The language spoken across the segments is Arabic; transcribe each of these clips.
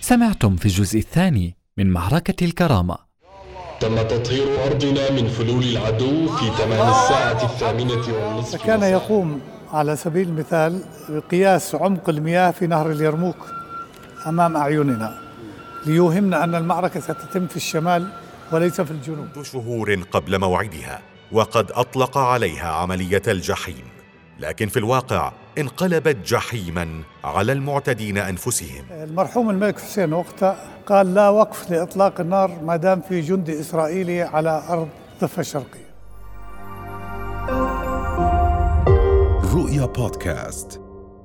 سمعتم في الجزء الثاني من معركة الكرامة. تم تطهير أرضنا من فلول العدو في تمام الساعة 8:30. كان يقوم على سبيل المثال بقياس عمق المياه في نهر اليرموك أمام أعيننا ليوهمنا أن المعركة ستتم في الشمال وليس في الجنوب. 6 شهور قبل موعدها وقد أطلق عليها عملية الجحيم، لكن في الواقع انقلبت جحيما على المعتدين أنفسهم. المرحوم الملك حسين وقتها قال لا وقف لإطلاق النار ما دام في جندي إسرائيلي على أرض الضفة الشرقية. رؤيا بودكاست.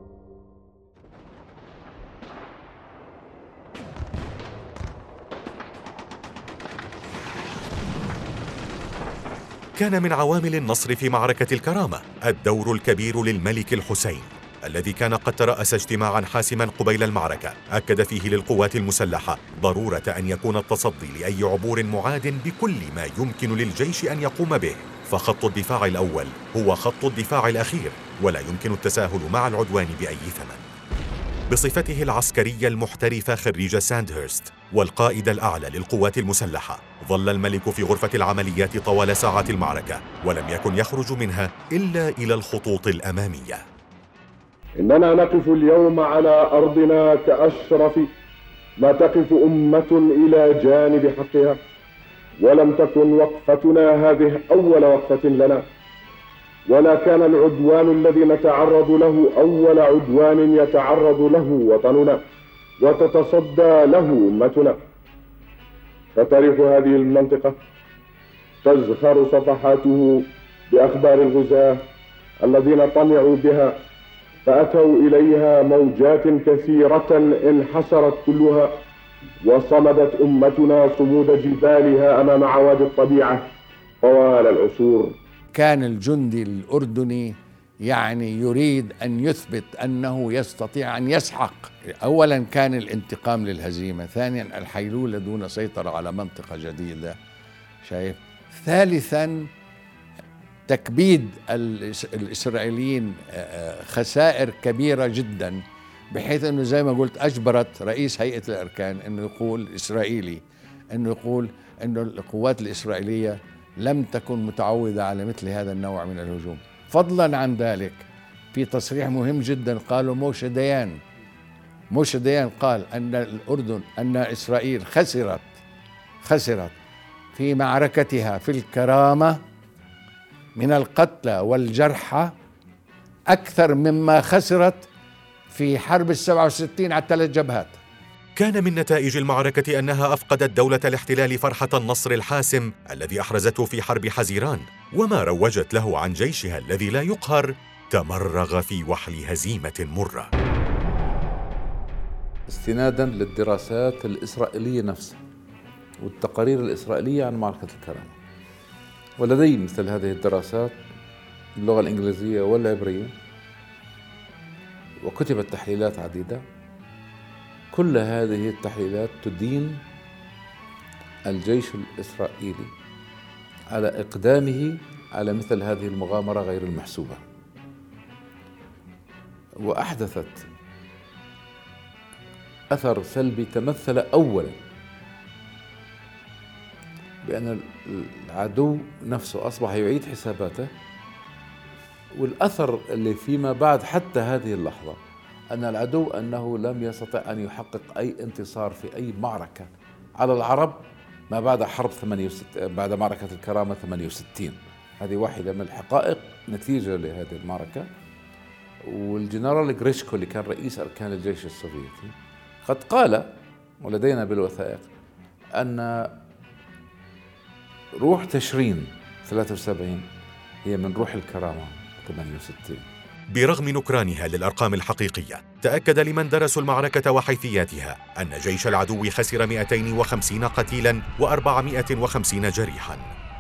كان من عوامل النصر في معركة الكرامة الدور الكبير للملك الحسين، الذي كان قد ترأس اجتماعا حاسما قبيل المعركة أكد فيه للقوات المسلحة ضرورة أن يكون التصدي لأي عبور معاد بكل ما يمكن للجيش أن يقوم به، فخط الدفاع الأول هو خط الدفاع الأخير، ولا يمكن التساهل مع العدوان بأي ثمن. بصفته العسكري المحترف خريج ساندهرست والقائد الأعلى للقوات المسلحة، ظل الملك في غرفة العمليات طوال ساعات المعركة، ولم يكن يخرج منها إلا إلى الخطوط الأمامية. إننا نقف اليوم على أرضنا كأشرف ما تقف أمة إلى جانب حقها، ولم تكن وقفتنا هذه أول وقفة لنا، ولا كان العدوان الذي نتعرض له أول عدوان يتعرض له وطننا وتتصدى له أمتنا. فتاريخ هذه المنطقة تزخر صفحاته بأخبار الغزاة الذين طمعوا بها، فأتوا إليها موجات كثيرة انحسرت كلها، وصمدت أمتنا صمود جبالها أمام عوادي الطبيعة طوال العصور. كان الجندي الأردني يريد أن يثبت أنه يستطيع أن يسحق. أولا كان الانتقام للهزيمة، ثانيا الحيلولة دون سيطرة على منطقة جديدة، شايف، ثالثا تكبيد الإسرائيليين خسائر كبيرة جدا، بحيث أنه زي ما قلت أجبرت رئيس هيئة الأركان أنه يقول الإسرائيلي أنه يقول أنه القوات الإسرائيلية لم تكن متعودة على مثل هذا النوع من الهجوم. فضلا عن ذلك في تصريح مهم جدا قاله موشى ديان قال أن إسرائيل خسرت في معركتها في الكرامة من القتلى والجرحى أكثر مما خسرت في حرب 67 على 3 جبهات. كان من نتائج المعركة أنها أفقدت دولة الاحتلال فرحة النصر الحاسم الذي أحرزته في حرب حزيران، وما روجت له عن جيشها الذي لا يقهر تمرغ في وحل هزيمة مرة. استنادا للدراسات الإسرائيلية نفسها والتقارير الإسرائيلية عن معركة الكرامة، ولدي مثل هذه الدراسات باللغة الإنجليزية والعبرية، وكتبت تحليلات عديدة. كل هذه التحليلات تدين الجيش الإسرائيلي على إقدامه على مثل هذه المغامرة غير المحسوبة، وأحدثت أثر سلبي تمثل أولا بأن العدو نفسه أصبح يعيد حساباته، والأثر اللي فيما بعد حتى هذه اللحظة أن العدو أنه لم يستطع أن يحقق أي انتصار في أي معركة على العرب ما بعد حرب 68 بعد معركة الكرامة 68. هذه واحدة من الحقائق نتيجة لهذه المعركة. والجنرال غريشكو اللي كان رئيس أركان الجيش السوفيتي قد قال، ولدينا بالوثائق، أن روح تشرين 73 هي من روح الكرامة 68. برغم نكرانها للأرقام الحقيقية، تأكد لمن درسوا المعركة وحيثياتها أن جيش العدو خسر 250 قتيلا و450 جريحا.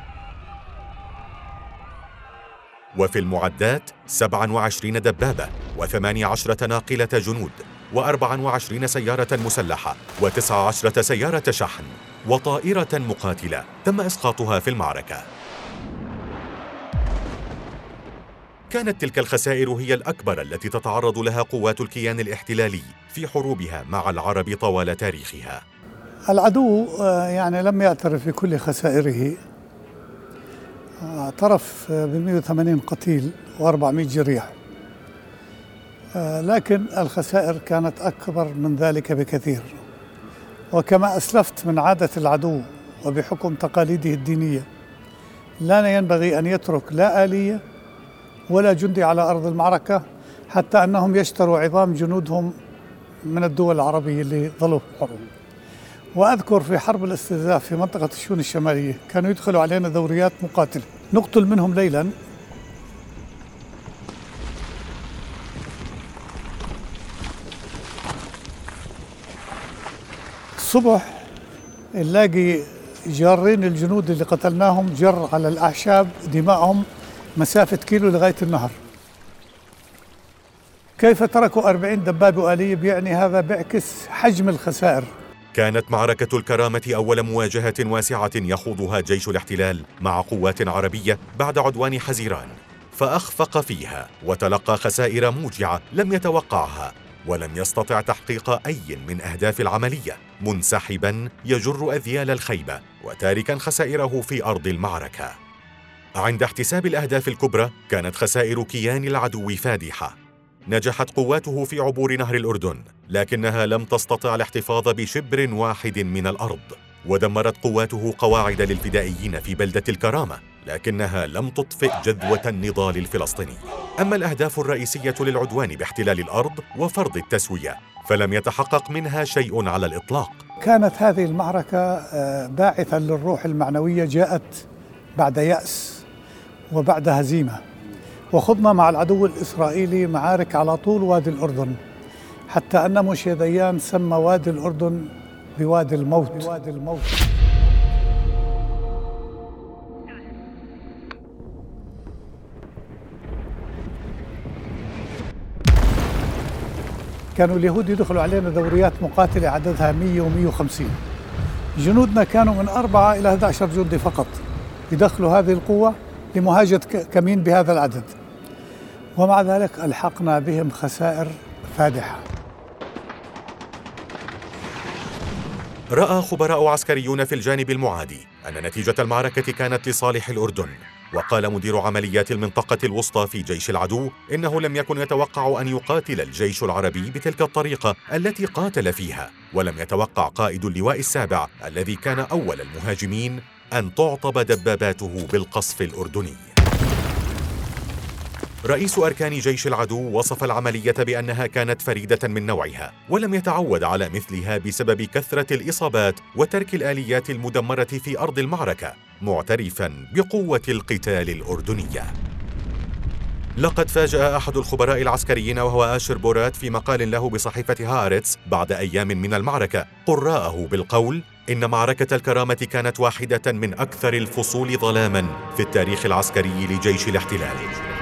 وفي المعدات 27 دبابة و18 ناقلة جنود و24 سيارة مسلحة و19 سيارة شحن وطائرة مقاتلة تم إسقاطها في المعركة. كانت تلك الخسائر هي الأكبر التي تتعرض لها قوات الكيان الاحتلالي في حروبها مع العرب طوال تاريخها. العدو يعني لم يعترف بكل خسائره، اعترف ب 180 قتيل و400 جريح، لكن الخسائر كانت أكبر من ذلك بكثير. وكما أسلفت من عادة العدو وبحكم تقاليده الدينية، لا ينبغي أن يترك لا آلية ولا جندي على أرض المعركة، حتى أنهم يشتروا عظام جنودهم من الدول العربية اللي ظلوا في الحروب. وأذكر في حرب الاستنزاف في منطقة الشؤون الشمالية كانوا يدخلوا علينا دوريات مقاتلة نقتل منهم ليلا، الصبح نلاقي جارين الجنود اللي قتلناهم جر على الأعشاب دماءهم مسافة كيلو لغاية النهر. كيف تركوا 40 دبابة آلية؟ بيعني هذا بيعكس حجم الخسائر. كانت معركة الكرامة أول مواجهة واسعة يخوضها جيش الاحتلال مع قوات عربية بعد عدوان حزيران، فأخفق فيها وتلقى خسائر موجعة لم يتوقعها، ولم يستطع تحقيق أي من أهداف العملية، منسحباً يجر أذيال الخيبة وتاركاً خسائره في أرض المعركة. عند احتساب الأهداف الكبرى كانت خسائر كيان العدو فادحة. نجحت قواته في عبور نهر الأردن، لكنها لم تستطع الاحتفاظ بشبر واحد من الأرض. ودمرت قواته قواعد للفدائيين في بلدة الكرامة، لكنها لم تطفئ جذوة النضال الفلسطيني. أما الأهداف الرئيسية للعدوان باحتلال الأرض وفرض التسوية فلم يتحقق منها شيء على الإطلاق. كانت هذه المعركة باعثة للروح المعنوية، جاءت بعد يأس وبعد هزيمة، وخضنا مع العدو الإسرائيلي معارك على طول وادي الأردن، حتى أن موشي ديان سمى وادي الأردن بوادي الموت. كانوا اليهود يدخلوا علينا دوريات مقاتلة عددها 100 و150. جنودنا كانوا من 4 إلى 11 جندي فقط يدخلوا هذه القوة لمهاجمة كمين بهذا العدد، ومع ذلك ألحقنا بهم خسائر فادحة. رأى خبراء عسكريون في الجانب المعادي أن نتيجة المعركة كانت لصالح الأردن، وقال مدير عمليات المنطقة الوسطى في جيش العدو إنه لم يكن يتوقع أن يقاتل الجيش العربي بتلك الطريقة التي قاتل فيها، ولم يتوقع قائد اللواء السابع الذي كان أول المهاجمين أن تعطب دباباته بالقصف الأردني. رئيس أركان جيش العدو وصف العملية بأنها كانت فريدة من نوعها، ولم يتعود على مثلها بسبب كثرة الإصابات وترك الآليات المدمرة في أرض المعركة، معترفاً بقوة القتال الأردنية. لقد فاجأ أحد الخبراء العسكريين وهو آشر بورات في مقال له بصحيفة هارتس بعد أيام من المعركة قراءه بالقول: إن معركة الكرامة كانت واحدة من أكثر الفصول ظلاماً في التاريخ العسكري لجيش الاحتلال.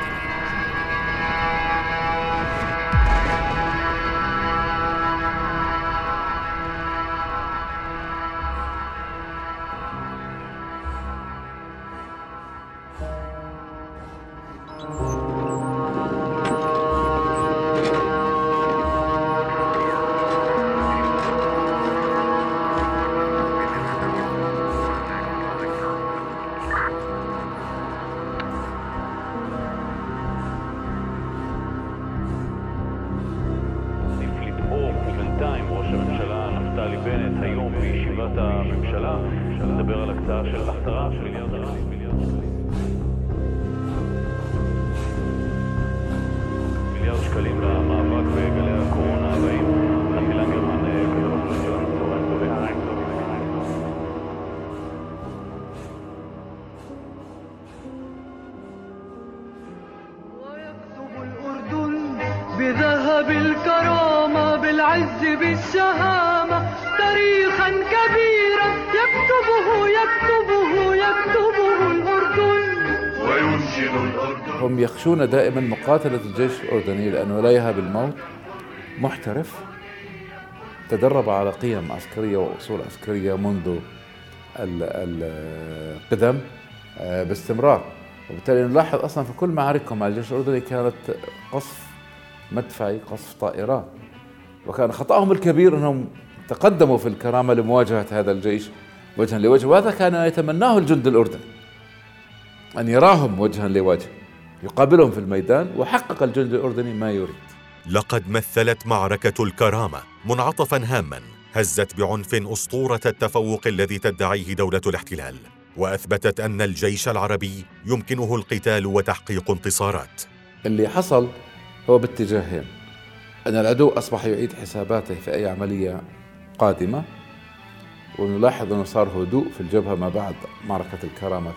بذهب الكرامة بالعز بالشهامة تاريخا كبيرا يكتبه الأردن وينشد الأردن. هم يخشون دائما مقاتلة الجيش الأردني لأنه لا يهاب الموت، محترف تدرب على قيم عسكرية وأصول عسكرية منذ القدم باستمرار، وبالتالي نلاحظ أصلا في كل معاركهم مع الجيش الأردني كانت قصف مدفعي، قصف طائرات، وكان خطأهم الكبير أنهم تقدموا في الكرامة لمواجهة هذا الجيش وجها لوجه، وهذا كان يتمناه الجند الأردني أن يراهم وجها لوجه يقابلهم في الميدان، وحقق الجند الأردني ما يريد. لقد مثلت معركة الكرامة منعطفا هاما هزت بعنف أسطورة التفوق الذي تدعيه دولة الاحتلال، وأثبتت أن الجيش العربي يمكنه القتال وتحقيق انتصارات. اللي حصل هو باتجاهين: أن العدو أصبح يعيد حساباته في أي عملية قادمة، ونلاحظ أنه صار هدوء في الجبهة ما بعد معركة الكرامة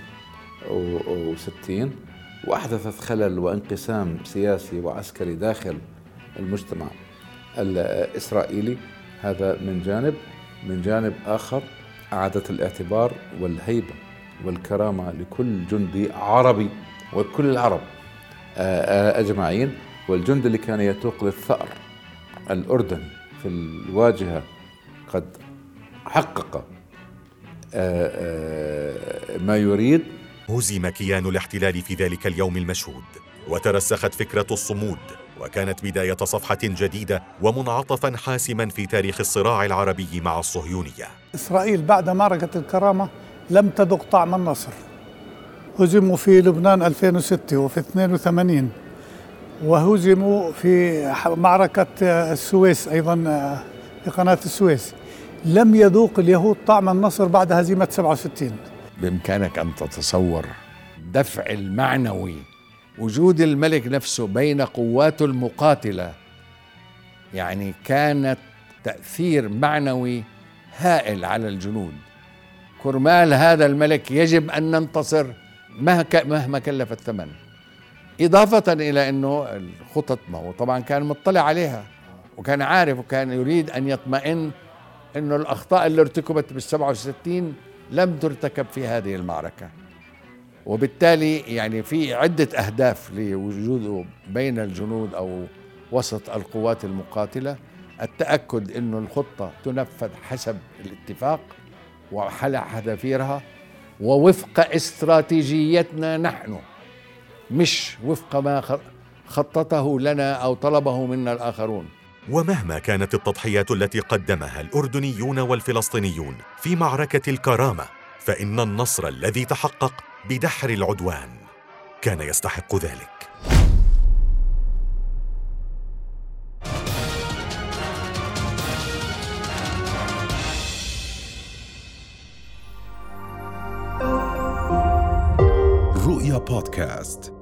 68، وأحدثت خلل وانقسام سياسي وعسكري داخل المجتمع الإسرائيلي. هذا من جانب. من جانب آخر أعادت الاعتبار والهيبة والكرامة لكل جندي عربي وكل العرب أجمعين، والجند اللي كان يتوق للثأر الأردني في الواجهة قد حقق ما يريد. هزم كيان الاحتلال في ذلك اليوم المشهود، وترسخت فكرة الصمود، وكانت بداية صفحة جديدة ومنعطفا حاسما في تاريخ الصراع العربي مع الصهيونية. إسرائيل بعد معركة الكرامة لم تذق طعم النصر. هزموا في لبنان 2006 وفي 82، وهزموا في معركة السويس أيضا في قناة السويس. لم يذوق اليهود طعم النصر بعد هزيمة 67. بإمكانك أن تتصور دفع المعنوي، وجود الملك نفسه بين قواته المقاتلة، يعني كانت تأثير معنوي هائل على الجنود. كرمال هذا الملك يجب أن ننتصر مهما كلف الثمن، إضافة إلى أنه الخطط، ما هو طبعا كان مطلع عليها وكان عارف وكان يريد أن يطمئن أنه الأخطاء اللي ارتكبت بال67 لم ترتكب في هذه المعركة، وبالتالي يعني في عدة أهداف لوجوده بين الجنود أو وسط القوات المقاتلة: التأكد أنه الخطة تنفذ حسب الاتفاق وحل حذافيرها ووفق استراتيجيتنا نحن، مش وفق ما خططه لنا أو طلبه منا الآخرون. ومهما كانت التضحيات التي قدمها الأردنيون والفلسطينيون في معركة الكرامة، فإن النصر الذي تحقق بدحر العدوان كان يستحق ذلك. رؤيا بودكاست.